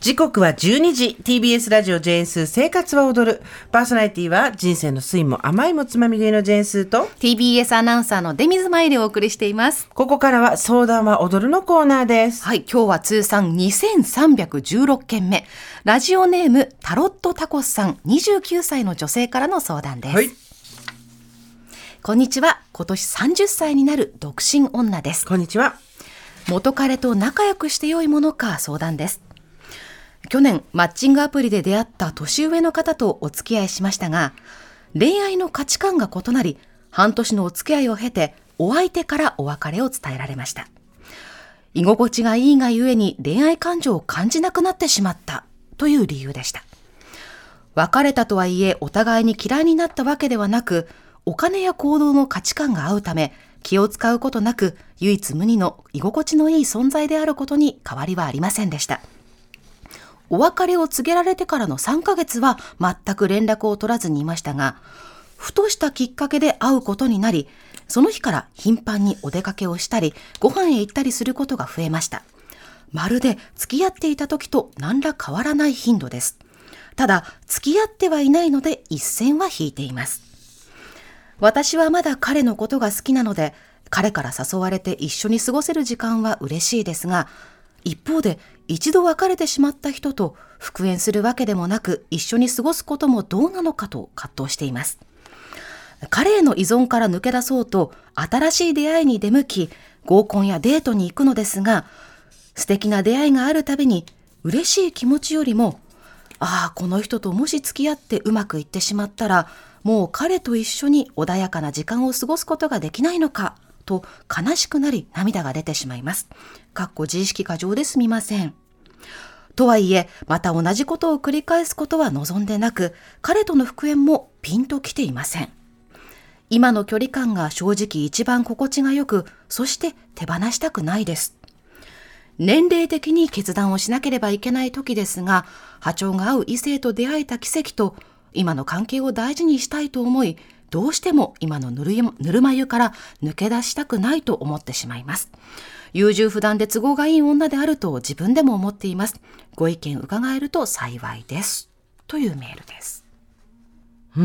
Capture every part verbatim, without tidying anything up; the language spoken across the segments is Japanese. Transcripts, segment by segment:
時刻はじゅうにじ。 ティービーエス ラジオジェーンスー生活は踊る。パーソナリティは人生の酸いも甘いもつまみ食いのジェーンスーとティービーエス アナウンサーの出水舞でお送りしています。 ここからは相談は踊るのコーナーです。 はい、今日は通算にせんさんびゃくじゅうろっけんめ、ラジオネームタロットタコスさん、にじゅうきゅうさいの女性からの相談です。 はい、 こんにちは。今年さんじゅっさいになる独身女です。 こんにちは。 元彼と仲良くして良いものか相談です。去年マッチングアプリで出会った年上の方とお付き合いしましたが、恋愛の価値観が異なり、半年のお付き合いを経てお相手からお別れを伝えられました。居心地がいいがゆえに恋愛感情を感じなくなってしまったという理由でした。別れたとはいえお互いに嫌いになったわけではなく、お金や行動の価値観が合うため気を使うことなく唯一無二の居心地のいい存在であることに変わりはありませんでした。お別れを告げられてからのさんかげつは全く連絡を取らずにいましたが、ふとしたきっかけで会うことになり、その日から頻繁にお出かけをしたりご飯へ行ったりすることが増えました。まるで付き合っていた時と何ら変わらない頻度です。ただ付き合ってはいないので一線は引いています。私はまだ彼のことが好きなので、彼から誘われて一緒に過ごせる時間は嬉しいですが、一方で一度別れてしまった人と復縁するわけでもなく一緒に過ごすこともどうなのかと葛藤しています。彼への依存から抜け出そうと新しい出会いに出向き、合コンやデートに行くのですが、素敵な出会いがあるたびに嬉しい気持ちよりも、ああこの人ともし付き合ってうまくいってしまったら、もう彼と一緒に穏やかな時間を過ごすことができないのかと悲しくなり涙が出てしまいます。かっこ自意識過剰ですみません。とはいえまた同じことを繰り返すことは望んでなく、彼との復縁もピンときていません。今の距離感が正直一番心地がよく、そして手放したくないです。年齢的に決断をしなければいけない時ですが、波長が合う異性と出会えた奇跡と今の関係を大事にしたいと思い、どうしても今のぬるぬるま湯から抜け出したくないと思ってしまいます。優柔不断で都合がいい女であると自分でも思っています。ご意見伺えると幸いです、というメールです。 うん、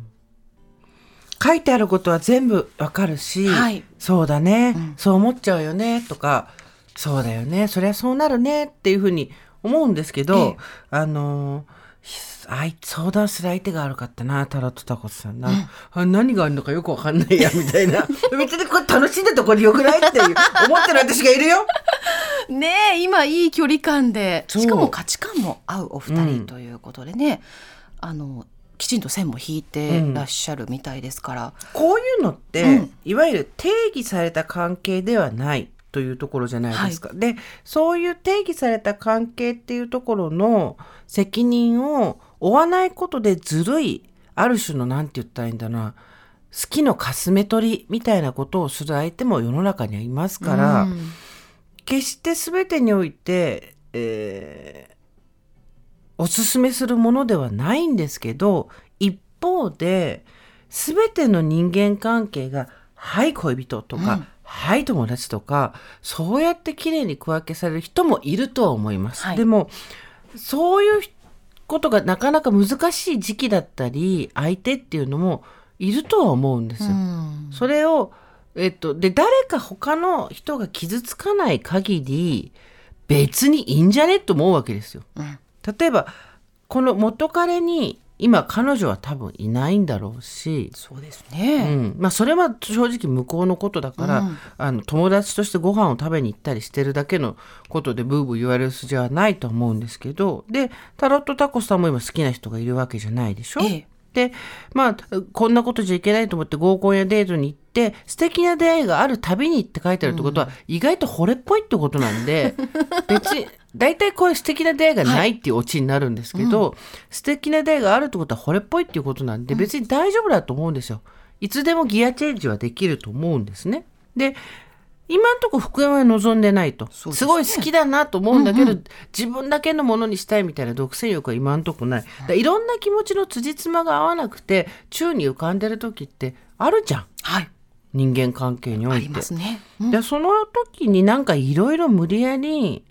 書いてあることは全部わかるし、はい、そうだね、うん、そう思っちゃうよねとか、そうだよね、そりゃそうなるねっていうふうに思うんですけど、ええ、あの相談する相手が悪かったな、タロットタコスさんな、うん、何があるのかよくわかんないやみたいな別にこれ楽しんだところでよくないっていう思ってる私がいるよねえ、今いい距離感で、しかも価値観も合うお二人ということでね、うん、あのきちんと線も引いてらっしゃるみたいですから、うん、 こういうのって、うん、いわゆる定義された関係ではないというところじゃないですか、はい、でそういう定義された関係っていうところの責任を負わないことでずるい、ある種のなんて言ったらいいんだな、好きのかすめ取りみたいなことをする相手も世の中にはいますから、うん、決して全てにおいて、えー、おすすめするものではないんですけど、一方で全ての人間関係がはい恋人とか、うん、はい友達とか、そうやってきれいに区分けされる人もいるとは思います、はい、でもそういうことがなかなか難しい時期だったり相手っていうのもいるとは思うんですよ。それを、えっと、で誰か他の人が傷つかない限り別にいいんじゃねと思うわけですよ、うん、例えばこの元彼に今彼女は多分いないんだろうし、 そうですね、 うんまあ、それは正直向こうのことだから、うん、あの友達としてご飯を食べに行ったりしてるだけのことでブーブー言われる筋はないと思うんですけど、でタロットタコさんも今好きな人がいるわけじゃないでしょ、ええ、でまあこんなことじゃいけないと思って合コンやデートに行って素敵な出会いがあるたびにって書いてあるってことは、うん、意外と惚れっぽいってことなんで別に大体こういう素敵な出会いがないっていうオチになるんですけど、はいうん、素敵な出会いがあるってことは惚れっぽいっていうことなんで別に大丈夫だと思うんですよ。いつでもギアチェンジはできると思うんですね。で今んとこ復縁は望んでないと、すね、すごい好きだなと思うんだけど、うんうん、自分だけのものにしたいみたいな独占欲は今んとこない。だいろんな気持ちの辻褄が合わなくて宙に浮かんでる時ってあるじゃん、 はい、 人間関係においてありますね、うん、 でその時になんかいろいろ無理やり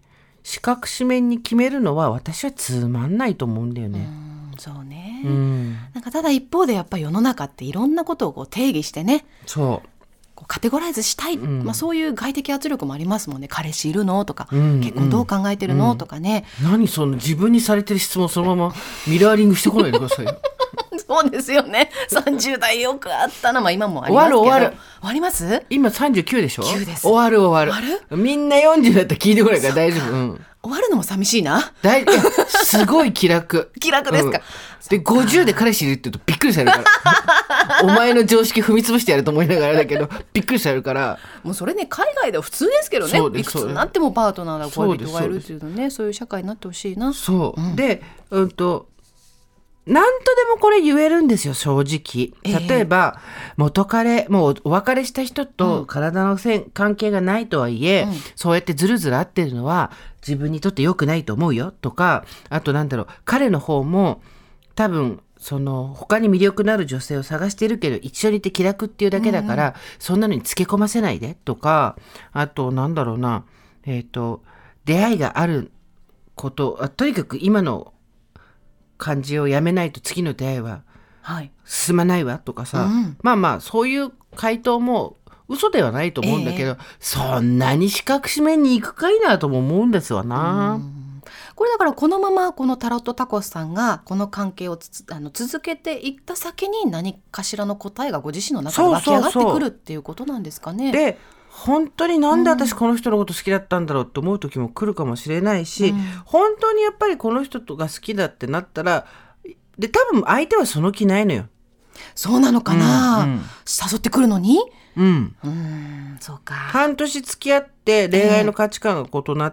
四角四面に決めるのは私はつまんないと思うんだよね。 うん、そうね、 うん、 なんかただ一方でやっぱり世の中っていろんなことをこう定義してね、 そうこうカテゴライズしたい、 うんまあ、そういう外的圧力もありますもんね。彼氏いるのとか、 うん、 結婚どう考えてるの、うん、とかね。 何その自分にされてる質問そのままミラーリングしてこないでくださいよそうですよね。さんじゅう代よくあったな、まあ、今もありますけど。 終わる終わる終わります。 今さんじゅうきゅうでしょ。 きゅうです。 終わる終わる。 終わる。 みんなよんじゅうだったら聞いてこないから大丈夫、うん、 終わるのも寂しいな。 大すごい気楽気楽ですか、 うん、でごじゅうで彼氏いるって言うとびっくりされるからお前の常識踏み潰してやると思いながらだけどびっくりされるから。もうそれね海外では普通ですけどね。いくつになってもパートナーだ恋人がいるっていうのね、そういう社会になってほしいな。 そう、うん、でうんと何とでもこれ言えるんですよ正直。例えば、えー、元彼もうお別れした人と体のせん、うん、関係がないとはいえ、うん、そうやってずるずる合ってるのは自分にとって良くないと思うよとか、あとなんだろう、彼の方も多分その他に魅力のある女性を探してるけど一緒にいて気楽っていうだけだから、うん、そんなのにつけ込ませないでとか、あとなんだろうな、えっと出会いがあること、あとにかく今の感じをやめないと次の出会いは進まないわとかさ、はい、うん、まあまあそういう回答も嘘ではないと思うんだけど、えー、そんなに四角四面に行くかいなとも思うんですわな。うん、 これだからこのままこのタロットタコスさんがこの関係をつあの続けていった先に何かしらの答えがご自身の中で湧き上がってくるっていうことなんですかね。 で本当になんで私この人のこと好きだったんだろうって思う時も来るかもしれないし、うん、本当にやっぱりこの人が好きだってなったらで多分相手はその気ないのよ。 そうなのかな、うんうん、誘ってくるのに、 うん、 うーんそうか。 半年付き合って恋愛の価値観が異なって、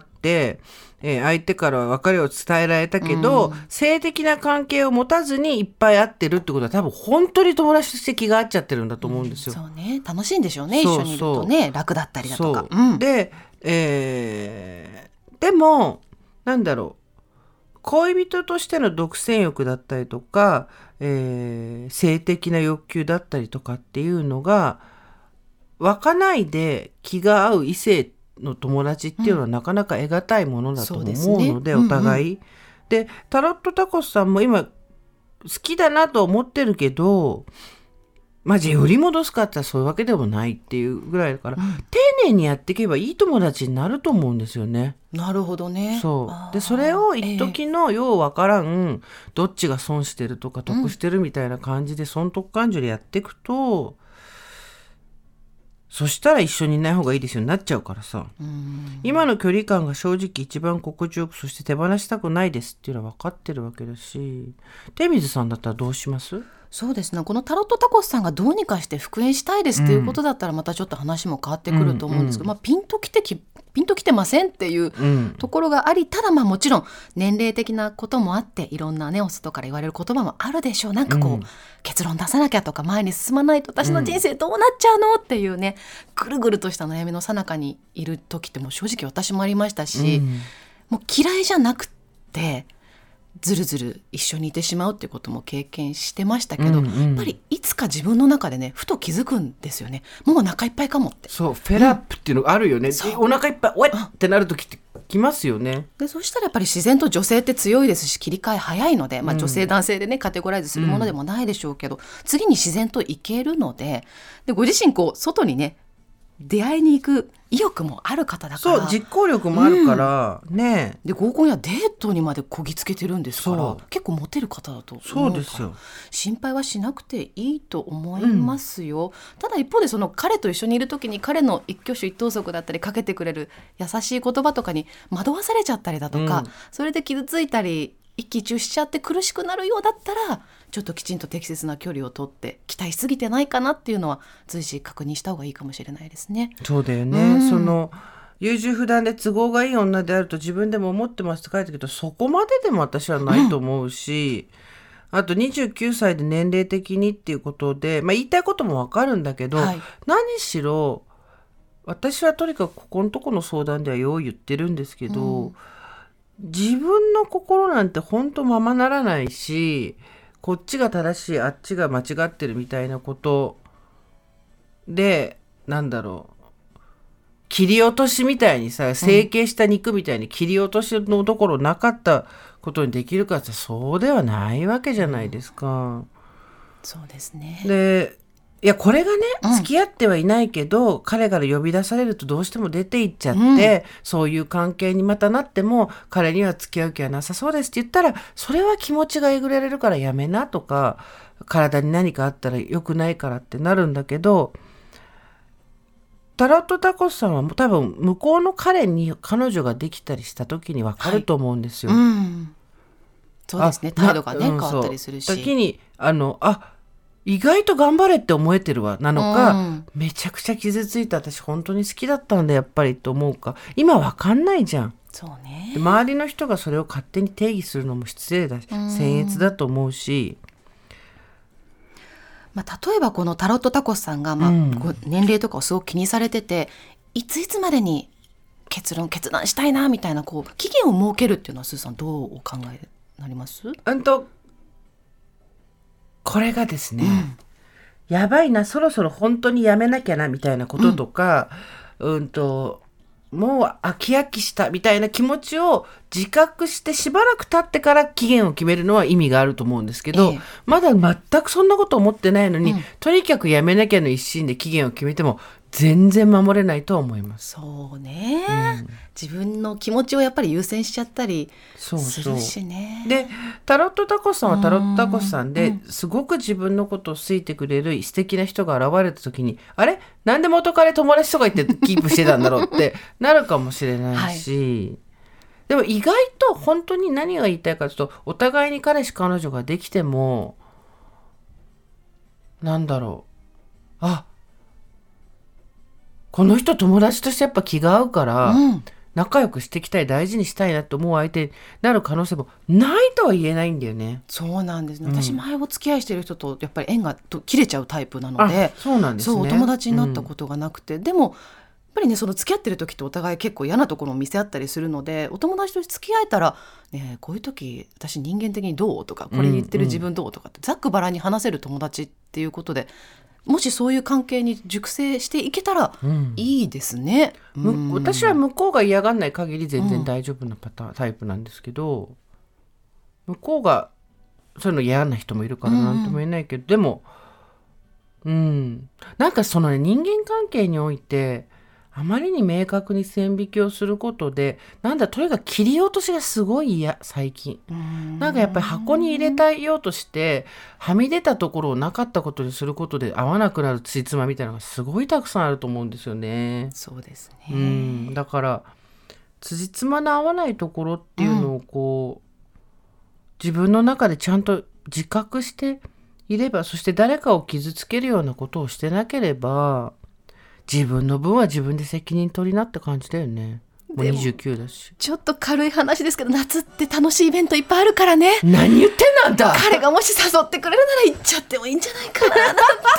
えー、相手からは別れを伝えられたけど、うん、性的な関係を持たずにいっぱい会ってるってことは多分本当に友達として気が合っちゃってるんだと思うんですよ、 うん、そうね、楽しいんでしょうね。一緒にいるとね楽だったりだとか、 うん、で、えー、でもなんだろう、恋人としての独占欲だったりとか、えー、性的な欲求だったりとかっていうのが湧かないで気が合う異性の友達っていうのはなかなか得難いものだと思うので、うん、お互い、うんうん、でタロットタコスさんも今好きだなと思ってるけど、まあじゃあ売り戻すかってそういうわけでもないっていうぐらいだから、うん、丁寧にやっていけばいい友達になると思うんですよね。 なるほどね。 そうでそれを一時のようわからん、えー、どっちが損してるとか得してるみたいな感じで損得感情でやっていくと、うん、そしたら一緒にいない方がいいですよになっちゃうからさ。うん、今の距離感が正直一番心地よく、そして手放したくないですっていうのは分かってるわけだし、手水さんだったらどうします？ そうですね、このタロットタコスさんがどうにかして復縁したいですっていうことだったらまたちょっと話も変わってくると思うんですけど、うんうん、まあ、ピンときてきピンときてませんっていうところがあり、ただまあもちろん年齢的なこともあっていろんなねお外から言われる言葉もあるでしょう。なんかこう、うん、結論出さなきゃとか前に進まないと私の人生どうなっちゃうのっていうね、ぐるぐるとした悩みの最中にいる時ってもう正直私もありましたし、うん、もう嫌いじゃなくってずるずる一緒にいてしまうっていうことも経験してましたけど、うんうん、やっぱりいつか自分の中でねふと気づくんですよね。もうお腹いっぱいかもって。 そうフェラップっていうのがあるよね、うん、お腹いっぱいおえってなる時ってきますよね。 でそしたらやっぱり自然と女性って強いですし切り替え早いので、まあ、女性男性でねカテゴライズするものでもないでしょうけど、うん、次に自然といけるので、でご自身こう外にね出会いに行く意欲もある方だから、 そう実行力もあるから、うん、ねで合コンやデートにまでこぎつけてるんですから結構モテる方だと思うから、 そうですよ、 心配はしなくていいと思いますよ、うん、ただ一方でその彼と一緒にいる時に彼の一挙手一投足だったりかけてくれる優しい言葉とかに惑わされちゃったりだとか、うん、それで傷ついたり一喜一憂しちゃって苦しくなるようだったらちょっときちんと適切な距離をとって期待しすぎてないかなっていうのは随時確認した方がいいかもしれないですね。 そうだよね、うん、その優柔不断で都合がいい女であると自分でも思ってますって書いてるけどそこまででも私はないと思うし、うん、あとにじゅうきゅうさいで年齢的にっていうことで、まあ、言いたいこともわかるんだけど、はい、何しろ私はとにかくここのとこの相談ではよう言ってるんですけど、うん、自分の心なんて本当ままならないし、こっちが正しいあっちが間違ってるみたいなことでなんだろう切り落としみたいにさ、成形した肉みたいに切り落としのところなかったことにできるかってそうではないわけじゃないですか、うん、 そうですね。 でいやこれがね、 うん、 付き合ってはいないけど彼から呼び出されるとどうしても出て行っちゃって、うん、そういう関係にまたなっても彼には付き合う気はなさそうですって言ったら、それは気持ちがえぐれるからやめなとか、体に何かあったら良くないからってなるんだけど、タロットタコスさんは多分向こうの彼に彼女ができたりした時に分かると思うんですよ、 はい、うん、そうですね、態度がね、うん、変わったりするし、 時にあのあ意外と頑張れって思えてるわなのか、うん、めちゃくちゃ傷ついた私本当に好きだったんだやっぱりと思うか、今分かんないじゃん。 そうね、 で周りの人がそれを勝手に定義するのも失礼だし、うん、僭越だと思うし、 まあ、例えばこのタロットタコスさんが、まあうん、年齢とかをすごく気にされてて、いついつまでに結論決断したいなみたいなこう期限を設けるっていうのはスーさんどうお考えになります？ うんとこれがですね、うん、やばいなそろそろ本当にやめなきゃなみたいなこととか、うん、うんともう飽き飽きしたみたいな気持ちを自覚してしばらく経ってから期限を決めるのは意味があると思うんですけど、ええ、まだ全くそんなこと思ってないのに、うん、とにかくやめなきゃの一心で期限を決めても全然守れないと思います。 そうね、うん、自分の気持ちをやっぱり優先しちゃったりするしね。 そうそうでタロットタコスさんはタロットタコスさんで、うん、すごく自分のことを好いてくれる素敵な人が現れた時に、あれなんで元彼友達とか言ってキープしてたんだろうってなるかもしれないし、はい、でも意外と本当に何が言いたいかというと、お互いに彼氏彼女ができてもなんだろう、あこの人友達としてやっぱ気が合うから、うん、仲良くしていきたい大事にしたいなと思う相手になる可能性もないとは言えないんだよね。 そうなんですね、うん、私前お付き合いしてる人とやっぱり縁が切れちゃうタイプなので、 そうなんですね、 そうお友達になったことがなくて、うん、でもやっぱりねその付き合ってる時ってお互い結構嫌なところを見せ合ったりするので、お友達と付き合えたら、ね、こういう時私人間的にどうとかこれ言ってる自分どうとかって、うんうん、ざっくばらんに話せる友達っていうことで、もしそういう関係に熟成していけたらいいですね、 うん、私は向こうが嫌がんない限り全然大丈夫なパターン、うん、タイプなんですけど、向こうがそういうの嫌な人もいるから何とも言えないけど、うん、でもうんなんかその、ね、人間関係においてあまりに明確に線引きをすることで、なんだとにかく切り落としがすごい嫌最近。んなんかやっぱり箱に入れたいようとしてはみ出たところをなかったことにすることで合わなくなるつじつまみたいなのがすごいたくさんあると思うんですよね。 そうですね。 うんだからつじつまの合わないところっていうのをこう、うん、自分の中でちゃんと自覚していれば、そして誰かを傷つけるようなことをしてなければ、自分の分は自分で責任取りなって感じだよね。もうにじゅうきゅうだし。 ちょっと軽い話ですけど、夏って楽しいイベントいっぱいあるからね。 何言ってんなんだ。 彼がもし誘ってくれるなら行っちゃってもいいんじゃないかななんて